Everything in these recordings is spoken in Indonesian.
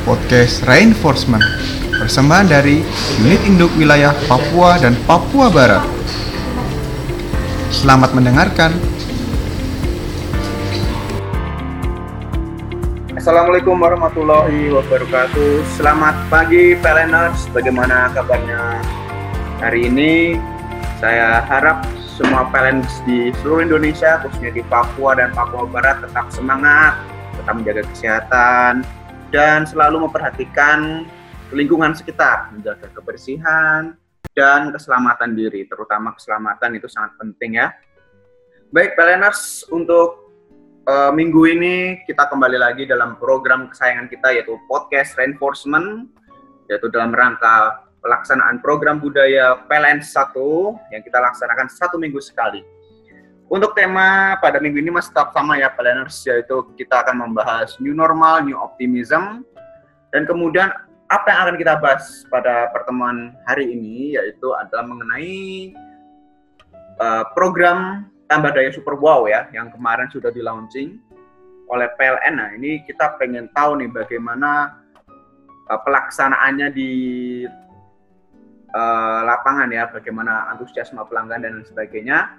podcast Reinforcement, persembahan dari Unit Induk Wilayah Papua dan Papua Barat. Selamat mendengarkan. Assalamualaikum warahmatullahi wabarakatuh. Selamat pagi PLNers, bagaimana kabarnya hari ini? Saya harap semua PLNers di seluruh Indonesia, khususnya di Papua dan Papua Barat, tetap semangat, tetap menjaga kesehatan, dan selalu memperhatikan lingkungan sekitar, menjaga kebersihan dan keselamatan diri, terutama keselamatan itu sangat penting ya. Baik PLNers, untuk minggu ini kita kembali lagi dalam program kesayangan kita, yaitu podcast Reinforcement, yaitu dalam rangka pelaksanaan program budaya PLN 1 yang kita laksanakan 1 minggu sekali. Untuk tema pada minggu ini masih tetap sama ya PLNers, yaitu kita akan membahas New Normal, New Optimism, dan kemudian apa yang akan kita bahas pada pertemuan hari ini yaitu adalah mengenai program tambah daya super wow ya, yang kemarin sudah di launching oleh PLN. Nah ini kita pengen tahu nih bagaimana pelaksanaannya di lapangan ya, bagaimana antusiasme pelanggan dan sebagainya.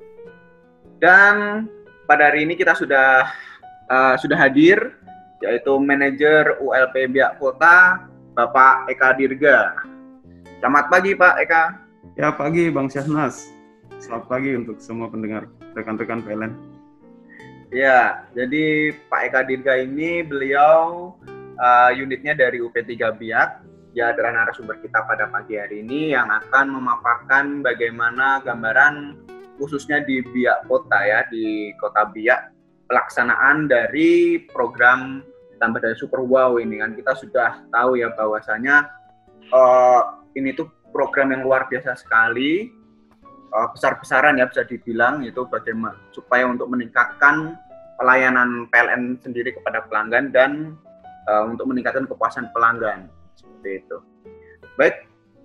Dan pada hari ini kita sudah hadir, yaitu manajer ULP Biak Kota, Bapak Eka Dirga. Selamat pagi Pak Eka. Ya pagi Bang Syahnas. Selamat pagi untuk semua pendengar, rekan-rekan PLN. Ya, jadi Pak Eka Dirga ini beliau unitnya dari UP3 Biak. Dia adalah narasumber kita pada pagi hari ini yang akan memaparkan bagaimana gambaran khususnya di Biak Kota ya, di Kota Biak, pelaksanaan dari program tambah daya super wow ini kan. Kita sudah tahu ya bahwasanya ini tuh program yang luar biasa sekali, besar-besaran ya bisa dibilang, itu bagaimana supaya untuk meningkatkan pelayanan PLN sendiri kepada pelanggan dan untuk meningkatkan kepuasan pelanggan. Seperti itu. Baik,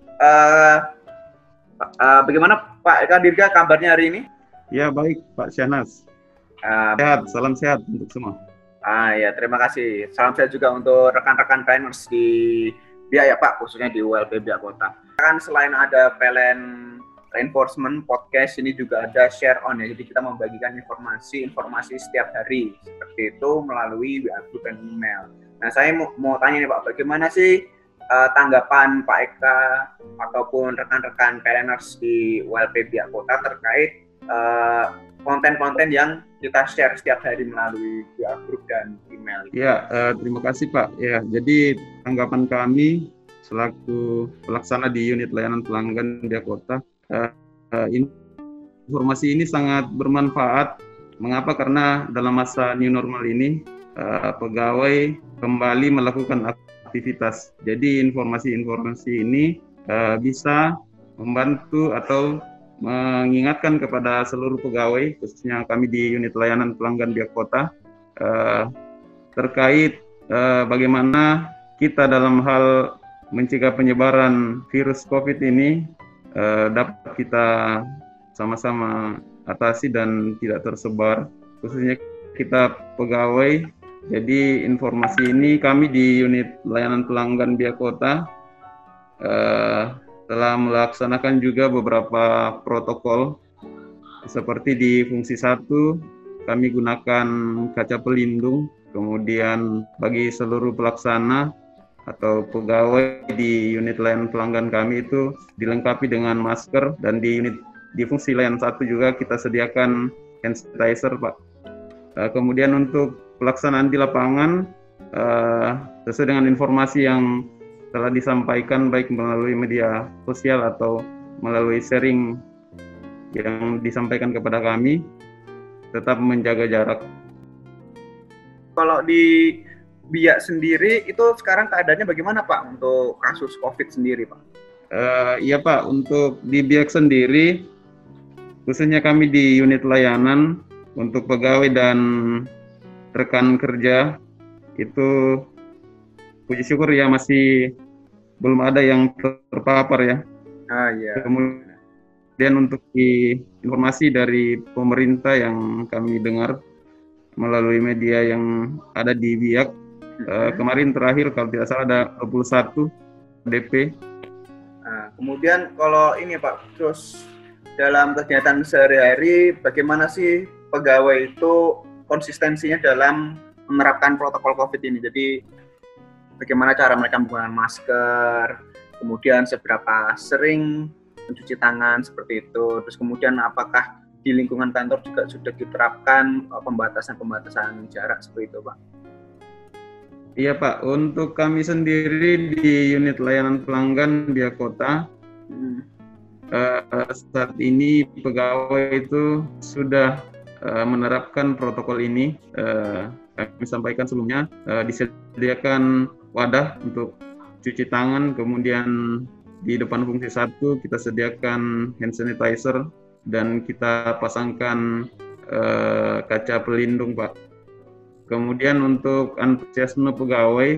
bagaimana Pak Eka Dirga kabarnya hari ini? Ya baik Pak Syahnas. Sehat, salam sehat untuk semua. Ya terima kasih. Salam sehat juga untuk rekan-rekan trainers di Biak ya Pak, khususnya di ULP Biak Kota. Kan selain ada PLN Reinforcement podcast, ini juga ada share on ya. Jadi kita membagikan informasi setiap hari seperti itu melalui WA group dan email. Nah saya mau tanya nih Pak, bagaimana sih tanggapan Pak Eka ataupun rekan-rekan PLNers di ULP Biak Kota terkait konten-konten yang kita share setiap hari melalui WA group dan email? Ya, terima kasih Pak. Ya, jadi tanggapan kami selaku pelaksana di unit layanan pelanggan Biak Kota, informasi ini sangat bermanfaat. Mengapa? Karena dalam masa new normal ini pegawai kembali melakukan aktivitas. Jadi informasi-informasi ini bisa membantu atau mengingatkan kepada seluruh pegawai, khususnya kami di unit layanan pelanggan Biak Kota, terkait bagaimana kita dalam hal mencegah penyebaran virus COVID ini dapat kita sama-sama atasi dan tidak tersebar, khususnya kita pegawai. Jadi informasi ini kami di unit layanan pelanggan Biak Kota telah melaksanakan juga beberapa protokol, seperti di fungsi 1 kami gunakan kaca pelindung, kemudian bagi seluruh pelaksana atau pegawai di unit layanan pelanggan kami itu dilengkapi dengan masker, dan di fungsi layanan 1 juga kita sediakan hand sanitizer Pak. Kemudian untuk pelaksanaan di lapangan sesuai dengan informasi yang telah disampaikan baik melalui media sosial atau melalui sharing yang disampaikan kepada kami, tetap menjaga jarak. Kalau di Biak sendiri itu sekarang keadaannya bagaimana Pak untuk kasus COVID sendiri Pak? Iya Pak, untuk di Biak sendiri, khususnya kami di unit layanan, untuk pegawai dan rekan kerja itu puji syukur ya masih belum ada yang terpapar ya. Iya. Kemudian untuk informasi dari pemerintah yang kami dengar melalui media yang ada di Biak, Kemarin terakhir kalau tidak salah ada 21 DP. Nah, kemudian kalau ini Pak, terus dalam kegiatan sehari-hari bagaimana sih pegawai itu konsistensinya dalam menerapkan protokol COVID ini? Jadi bagaimana cara mereka menggunakan masker, kemudian seberapa sering mencuci tangan seperti itu, terus kemudian apakah di lingkungan kantor juga sudah diterapkan pembatasan jarak seperti itu Pak? Iya Pak, untuk kami sendiri di unit layanan pelanggan Via Kota, saat ini pegawai itu sudah menerapkan protokol ini. Kami sampaikan sebelumnya, disediakan wadah untuk cuci tangan, kemudian di depan fungsi 1 kita sediakan hand sanitizer, dan kita pasangkan kaca pelindung Pak. Kemudian untuk antusiasme pegawai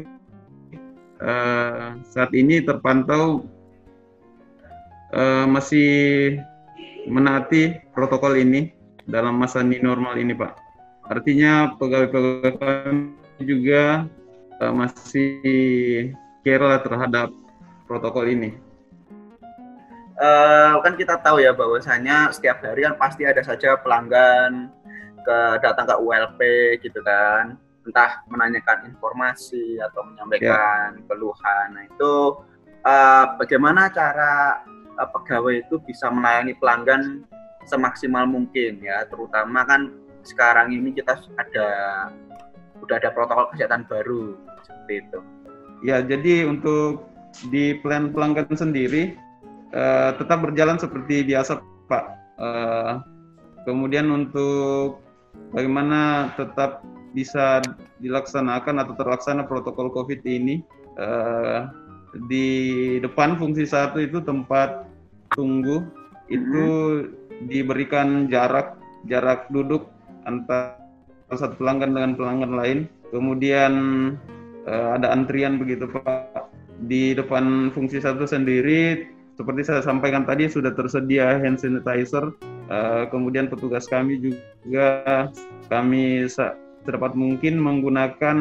saat ini terpantau masih menaati protokol ini dalam masa new normal ini Pak. Artinya pegawai-pegawai kami juga masih care lah terhadap protokol ini. Kan kita tahu ya bahwasanya setiap hari kan pasti ada saja pelanggan datang ke ULP gitu kan, entah menanyakan informasi atau menyampaikan keluhan. Nah itu bagaimana cara pegawai itu bisa melayani pelanggan semaksimal mungkin ya, terutama kan sekarang ini kita udah ada protokol kesehatan baru seperti itu. Ya, jadi untuk di plan pelanggan sendiri tetap berjalan seperti biasa Pak. Kemudian untuk bagaimana tetap bisa dilaksanakan atau terlaksana protokol COVID ini, di depan fungsi 1 itu tempat tunggu itu diberikan jarak duduk antara satu pelanggan dengan pelanggan lain. Kemudian ada antrian begitu Pak. Di depan fungsi 1 sendiri, seperti saya sampaikan tadi, sudah tersedia hand sanitizer. Kemudian petugas kami juga sedapat mungkin menggunakan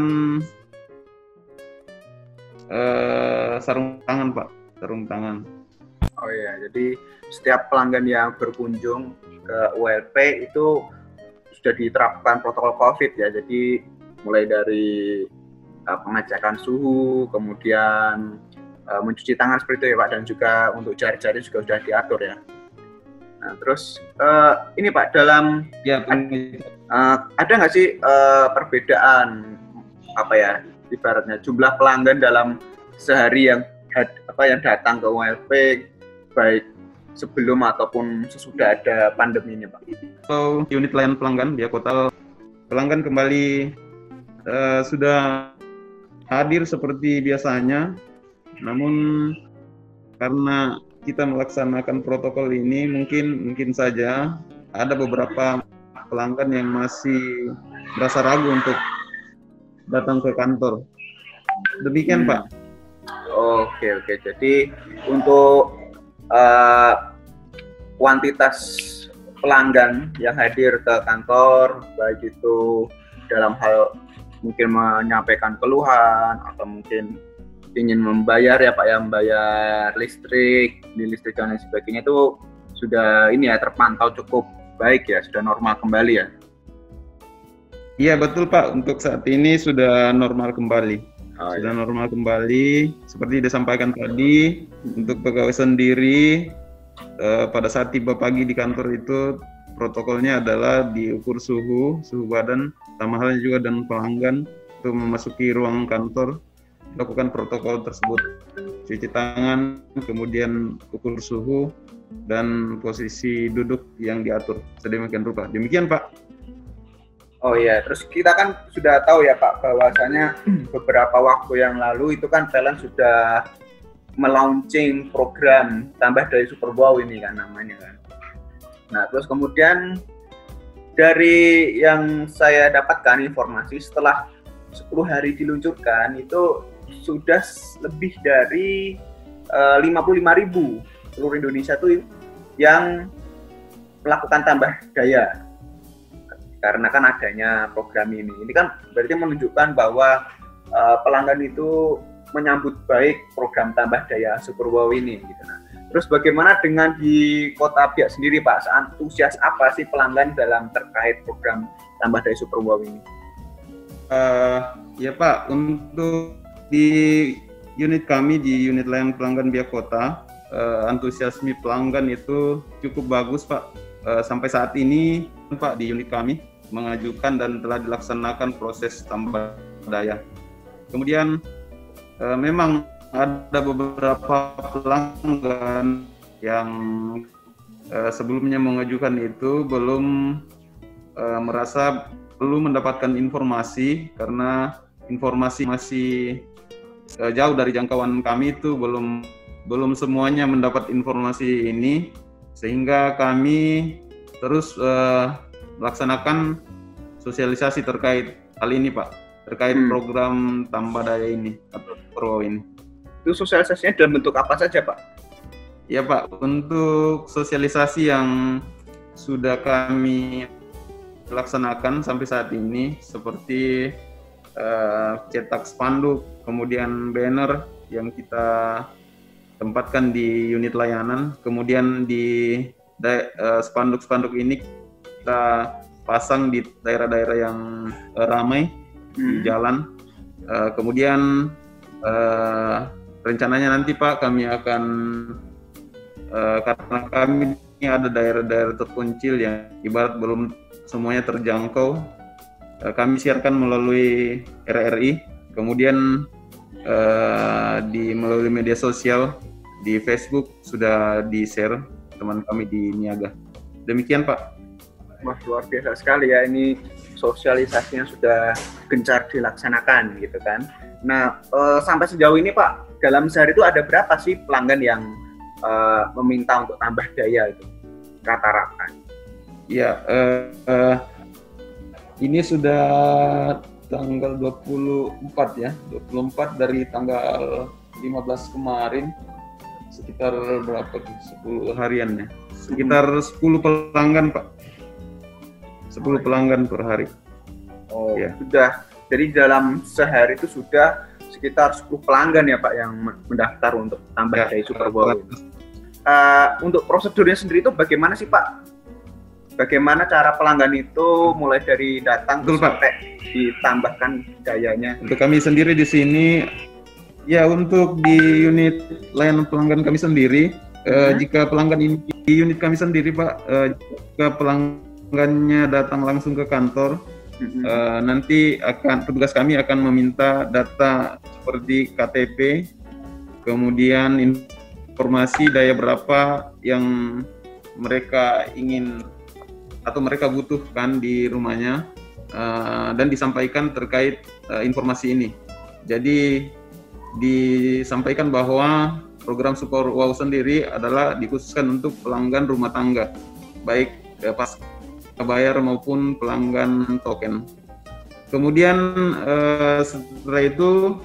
sarung tangan Pak, sarung tangan. Oh iya, jadi setiap pelanggan yang berkunjung ke ULP itu sudah diterapkan protokol COVID ya. Jadi mulai dari pengecekan suhu, kemudian mencuci tangan seperti itu ya Pak, dan juga untuk jari-jari juga sudah diatur ya. Nah, terus ini Pak, dalam ada nggak sih perbedaan ibaratnya jumlah pelanggan dalam sehari yang datang ke ULP baik sebelum ataupun sesudah ada pandemi ini Pak? Kalau unit layanan pelanggan Via Kota, pelanggan kembali sudah hadir seperti biasanya, namun karena kita melaksanakan protokol ini mungkin saja ada beberapa pelanggan yang masih merasa ragu untuk datang ke kantor. Demikian Pak. Oke. Jadi untuk kuantitas pelanggan yang hadir ke kantor, baik itu dalam hal mungkin menyampaikan keluhan atau mungkin ingin membayar ya Pak, membayar listrik dan lain sebagainya, itu sudah terpantau cukup baik ya, sudah normal kembali ya? Iya betul Pak, untuk saat ini sudah normal kembali. Normal kembali, seperti disampaikan tadi. Untuk pegawai sendiri pada saat tiba pagi di kantor itu protokolnya adalah diukur suhu badan, sama halnya juga dan pelanggan untuk memasuki ruang kantor lakukan protokol tersebut, cuci tangan, kemudian ukur suhu dan posisi duduk yang diatur sedemikian rupa. Demikian Pak. Oh iya, terus kita kan sudah tahu ya Pak bahwasanya beberapa waktu yang lalu itu kan PLN sudah melaunching program tambah dari Super Wow ini kan namanya kan. Nah terus kemudian dari yang saya dapatkan informasi, setelah 10 hari diluncurkan itu sudah lebih dari 55.000 seluruh Indonesia tuh yang melakukan tambah daya karena kan adanya program ini. Ini kan berarti menunjukkan bahwa pelanggan itu menyambut baik program tambah daya Super Wow ini gitu. Nah, terus bagaimana dengan di Kota Biak sendiri Pak? Antusias apa sih pelanggan dalam terkait program tambah daya Super Wow ini? Ya Pak, untuk di unit kami, di unit layanan pelanggan Biak Kota, antusiasme pelanggan itu cukup bagus Pak. Sampai saat ini Pak di unit kami mengajukan dan telah dilaksanakan proses tambah daya. Kemudian memang ada beberapa pelanggan yang sebelumnya mengajukan itu belum merasa belum mendapatkan informasi karena informasi masih jauh dari jangkauan kami, itu belum semuanya mendapat informasi ini, sehingga kami terus melaksanakan sosialisasi terkait hal ini Pak, terkait program tambah daya ini atau Pro ini. Itu sosialisasinya dalam bentuk apa saja Pak? Ya Pak, untuk sosialisasi yang sudah kami laksanakan sampai saat ini seperti cetak spanduk, kemudian banner yang kita tempatkan di unit layanan, kemudian di spanduk-spanduk ini kita pasang di daerah-daerah yang ramai di jalan. Kemudian rencananya nanti Pak kami akan karena kami ini ada daerah-daerah terpencil yang ibarat belum semuanya terjangkau, kami siarkan melalui RRI, kemudian melalui media sosial di Facebook sudah di-share teman kami di Niaga. Demikian Pak. Wah, luar biasa sekali ya, ini sosialisasinya sudah gencar dilaksanakan gitu kan. Nah, sampai sejauh ini Pak, dalam sehari itu ada berapa sih pelanggan yang meminta untuk tambah daya itu rata-rata? Ya, ini sudah tanggal 24 ya, 24 dari tanggal 15 kemarin, sekitar berapa tuh, 10 harian ya, sekitar 10 pelanggan Pak, 10 pelanggan per hari. Oh ya. Sudah, jadi dalam sehari itu sudah sekitar 10 pelanggan ya Pak yang mendaftar untuk tambah daya Super Wow. Untuk prosedurnya sendiri itu bagaimana sih Pak? Bagaimana cara pelanggan itu mulai dari datang sampai ditambahkan dayanya? Untuk kami sendiri di sini, ya untuk di unit layanan pelanggan kami sendiri, jika pelanggan ini di unit kami sendiri Pak, jika pelanggannya datang langsung ke kantor, nanti petugas kami akan meminta data seperti KTP, kemudian informasi daya berapa yang mereka ingin atau mereka butuhkan di rumahnya, dan disampaikan terkait informasi ini. Jadi disampaikan bahwa program Super Wow sendiri adalah dikhususkan untuk pelanggan rumah tangga, baik pas bayar maupun pelanggan token. Kemudian setelah itu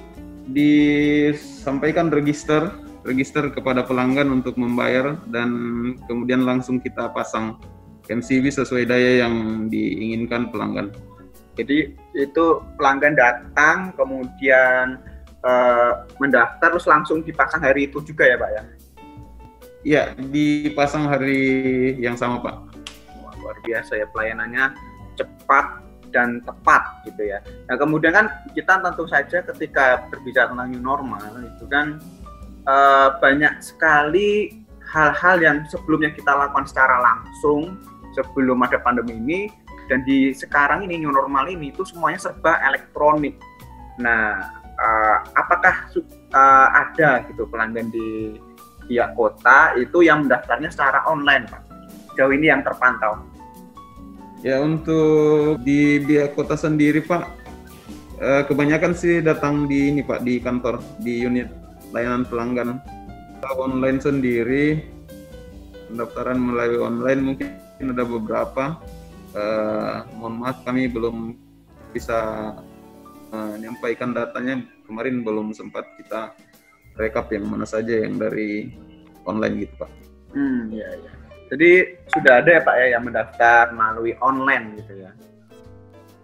disampaikan register kepada pelanggan untuk membayar, dan kemudian langsung kita pasang MCB sesuai daya yang diinginkan pelanggan. Jadi itu pelanggan datang kemudian mendaftar terus langsung dipasang hari itu juga ya Pak ya? Iya, dipasang hari yang sama Pak. Wah, luar biasa ya, pelayanannya cepat dan tepat gitu ya. Nah kemudian kan kita tentu saja ketika berbicara tentang new normal itu kan banyak sekali hal-hal yang sebelumnya kita lakukan secara langsung sebelum ada pandemi ini, dan di sekarang ini new normal ini itu semuanya serba elektronik. Nah, apakah ada gitu pelanggan di Biak Kota itu yang mendaftarnya secara online Pak? Sejauh ini yang terpantau. Ya, untuk di Biak Kota sendiri Pak, kebanyakan sih datang di ini Pak, di kantor, di unit layanan pelanggan. Online sendiri, pendaftaran melalui online mungkin ada beberapa. Mohon maaf kami belum bisa menyampaikan datanya, kemarin belum sempat kita rekap yang mana saja yang dari online gitu Pak. Ya. Jadi sudah ada ya Pak ya yang mendaftar melalui online gitu ya?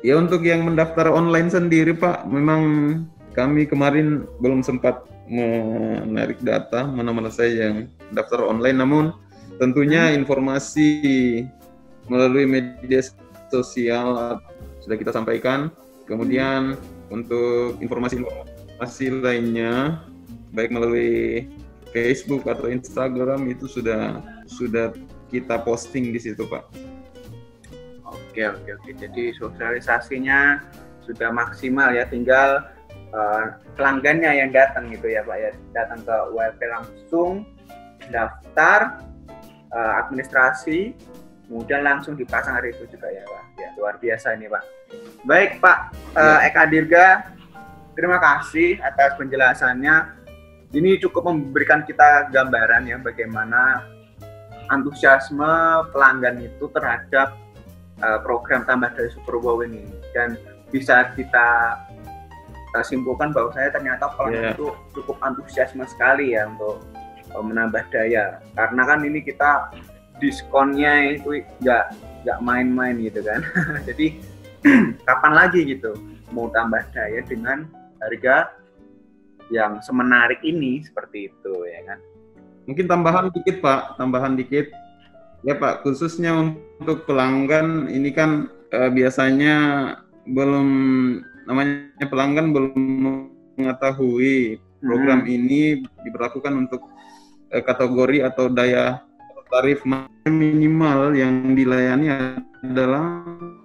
Ya untuk yang mendaftar online sendiri Pak, memang kami kemarin belum sempat menarik data mana-mana saya yang daftar online, namun tentunya informasi melalui media sosial sudah kita sampaikan. Kemudian untuk informasi lainnya baik melalui Facebook atau Instagram itu sudah kita posting di situ Pak. Oke. Jadi sosialisasinya sudah maksimal ya, tinggal pelanggannya yang datang gitu ya Pak ya, datang ke WLP langsung, daftar, administrasi, kemudian langsung dipasang hari itu juga ya Pak. Ya, luar biasa ini Pak. Baik Pak Eka Dirga, terima kasih atas penjelasannya. Ini cukup memberikan kita gambaran ya bagaimana antusiasme pelanggan itu terhadap program tambah daya Super Wow ini, dan bisa kita simpulkan bahwa saya ternyata pelanggan itu cukup antusiasme sekali ya untuk menambah daya, karena kan ini kita diskonnya itu nggak main-main gitu kan. Jadi kapan lagi gitu mau tambah daya dengan harga yang semenarik ini, seperti itu ya kan. Mungkin tambahan dikit ya Pak, khususnya untuk pelanggan ini kan biasanya pelanggan belum mengetahui program ini diberlakukan untuk kategori atau daya tarif minimal yang dilayani adalah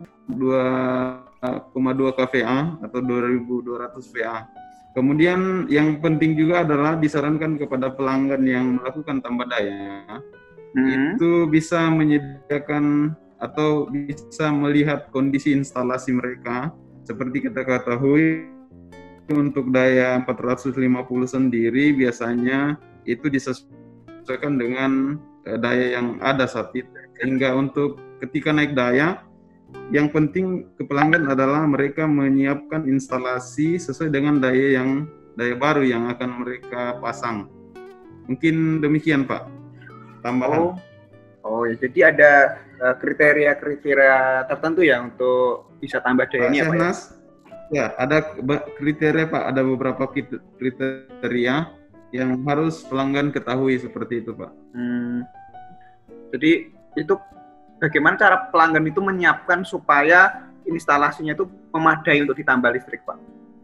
2,2 kVA atau 2.200 VA. Kemudian yang penting juga adalah disarankan kepada pelanggan yang melakukan tambah daya itu bisa menyediakan atau bisa melihat kondisi instalasi mereka. Seperti kita ketahui untuk daya 450 sendiri biasanya itu disesuaikan dengan daya yang ada saat itu. Sehingga untuk ketika naik daya, yang penting ke pelanggan adalah mereka menyiapkan instalasi sesuai dengan daya baru yang akan mereka pasang. Mungkin demikian Pak, tambahan. Oh ya, jadi ada kriteria tertentu ya untuk bisa tambah daya ini ya Pak ya? Ya, ada kriteria Pak, ada beberapa kriteria yang harus pelanggan ketahui seperti itu Pak. Jadi itu bagaimana cara pelanggan itu menyiapkan supaya instalasinya itu memadai untuk ditambah listrik Pak?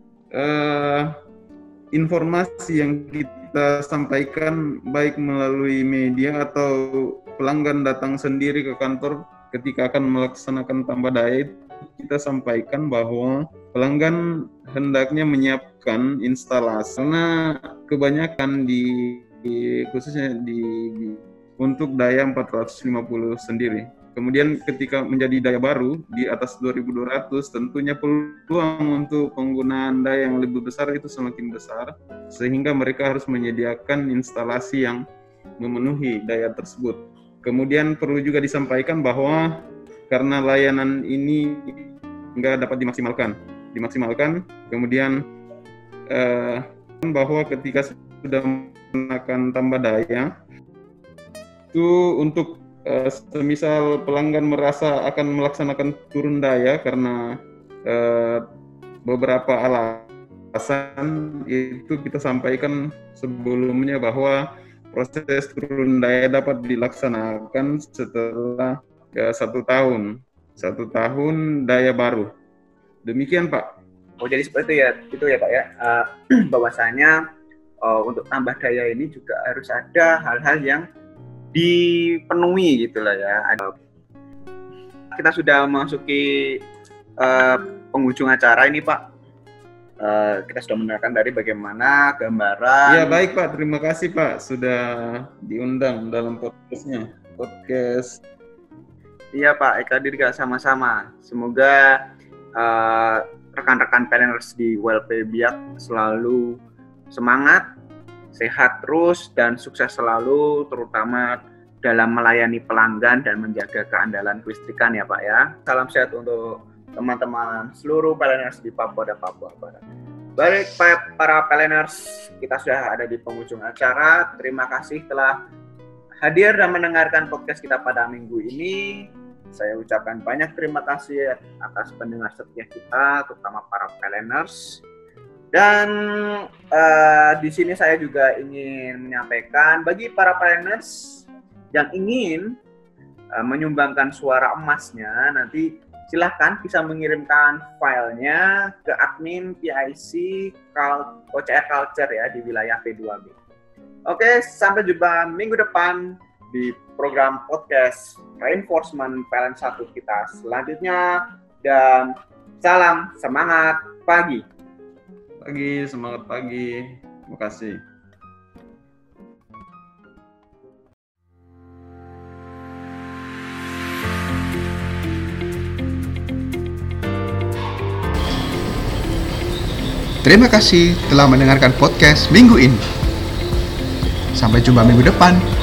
Informasi yang kita sampaikan baik melalui media atau pelanggan datang sendiri ke kantor ketika akan melaksanakan tambah daya, kita sampaikan bahwa pelanggan hendaknya menyiapkan instalasi, karena kebanyakan khususnya untuk daya 450 sendiri. Kemudian ketika menjadi daya baru di atas 2.200, tentunya peluang untuk penggunaan daya yang lebih besar itu semakin besar, sehingga mereka harus menyediakan instalasi yang memenuhi daya tersebut. Kemudian perlu juga disampaikan bahwa karena layanan ini nggak dapat dimaksimalkan, kemudian bahwa ketika sudah menggunakan tambah daya, itu untuk semisal pelanggan merasa akan melaksanakan turun daya karena beberapa alasan, itu kita sampaikan sebelumnya bahwa proses turun daya dapat dilaksanakan setelah 1 tahun daya baru. Demikian Pak. Oh jadi seperti itu ya Pak ya. Bahwasanya untuk tambah daya ini juga harus ada hal-hal yang dipenuhi gitulah ya. Kita sudah memasuki penghujung acara ini Pak. Kita sudah mendengarkan dari bagaimana gambaran. Ya baik Pak, terima kasih Pak sudah diundang dalam podcast. Iya Pak Eka Dirga, sama-sama. Semoga rekan-rekan planners di WLP Biak selalu semangat, sehat terus, dan sukses selalu, terutama dalam melayani pelanggan dan menjaga keandalan kelistrikan ya Pak ya. Salam sehat untuk teman-teman seluruh planners di Papua dan Papua Barat. Baik para planners, kita sudah ada di penghujung acara. Terima kasih telah hadir dan mendengarkan podcast kita pada minggu ini. Saya ucapkan banyak terima kasih atas pendengar setia kita, terutama para planners. Dan di sini saya juga ingin menyampaikan bagi para planners yang ingin menyumbangkan suara emasnya, nanti silahkan bisa mengirimkan filenya ke admin PIC OCR Culture ya di wilayah P2B. Oke, sampai jumpa minggu depan di program podcast Reinforcement Talent 1 kita selanjutnya, dan salam semangat pagi. Semangat pagi. Terima kasih. Terima kasih telah mendengarkan podcast minggu ini. Sampai jumpa minggu depan.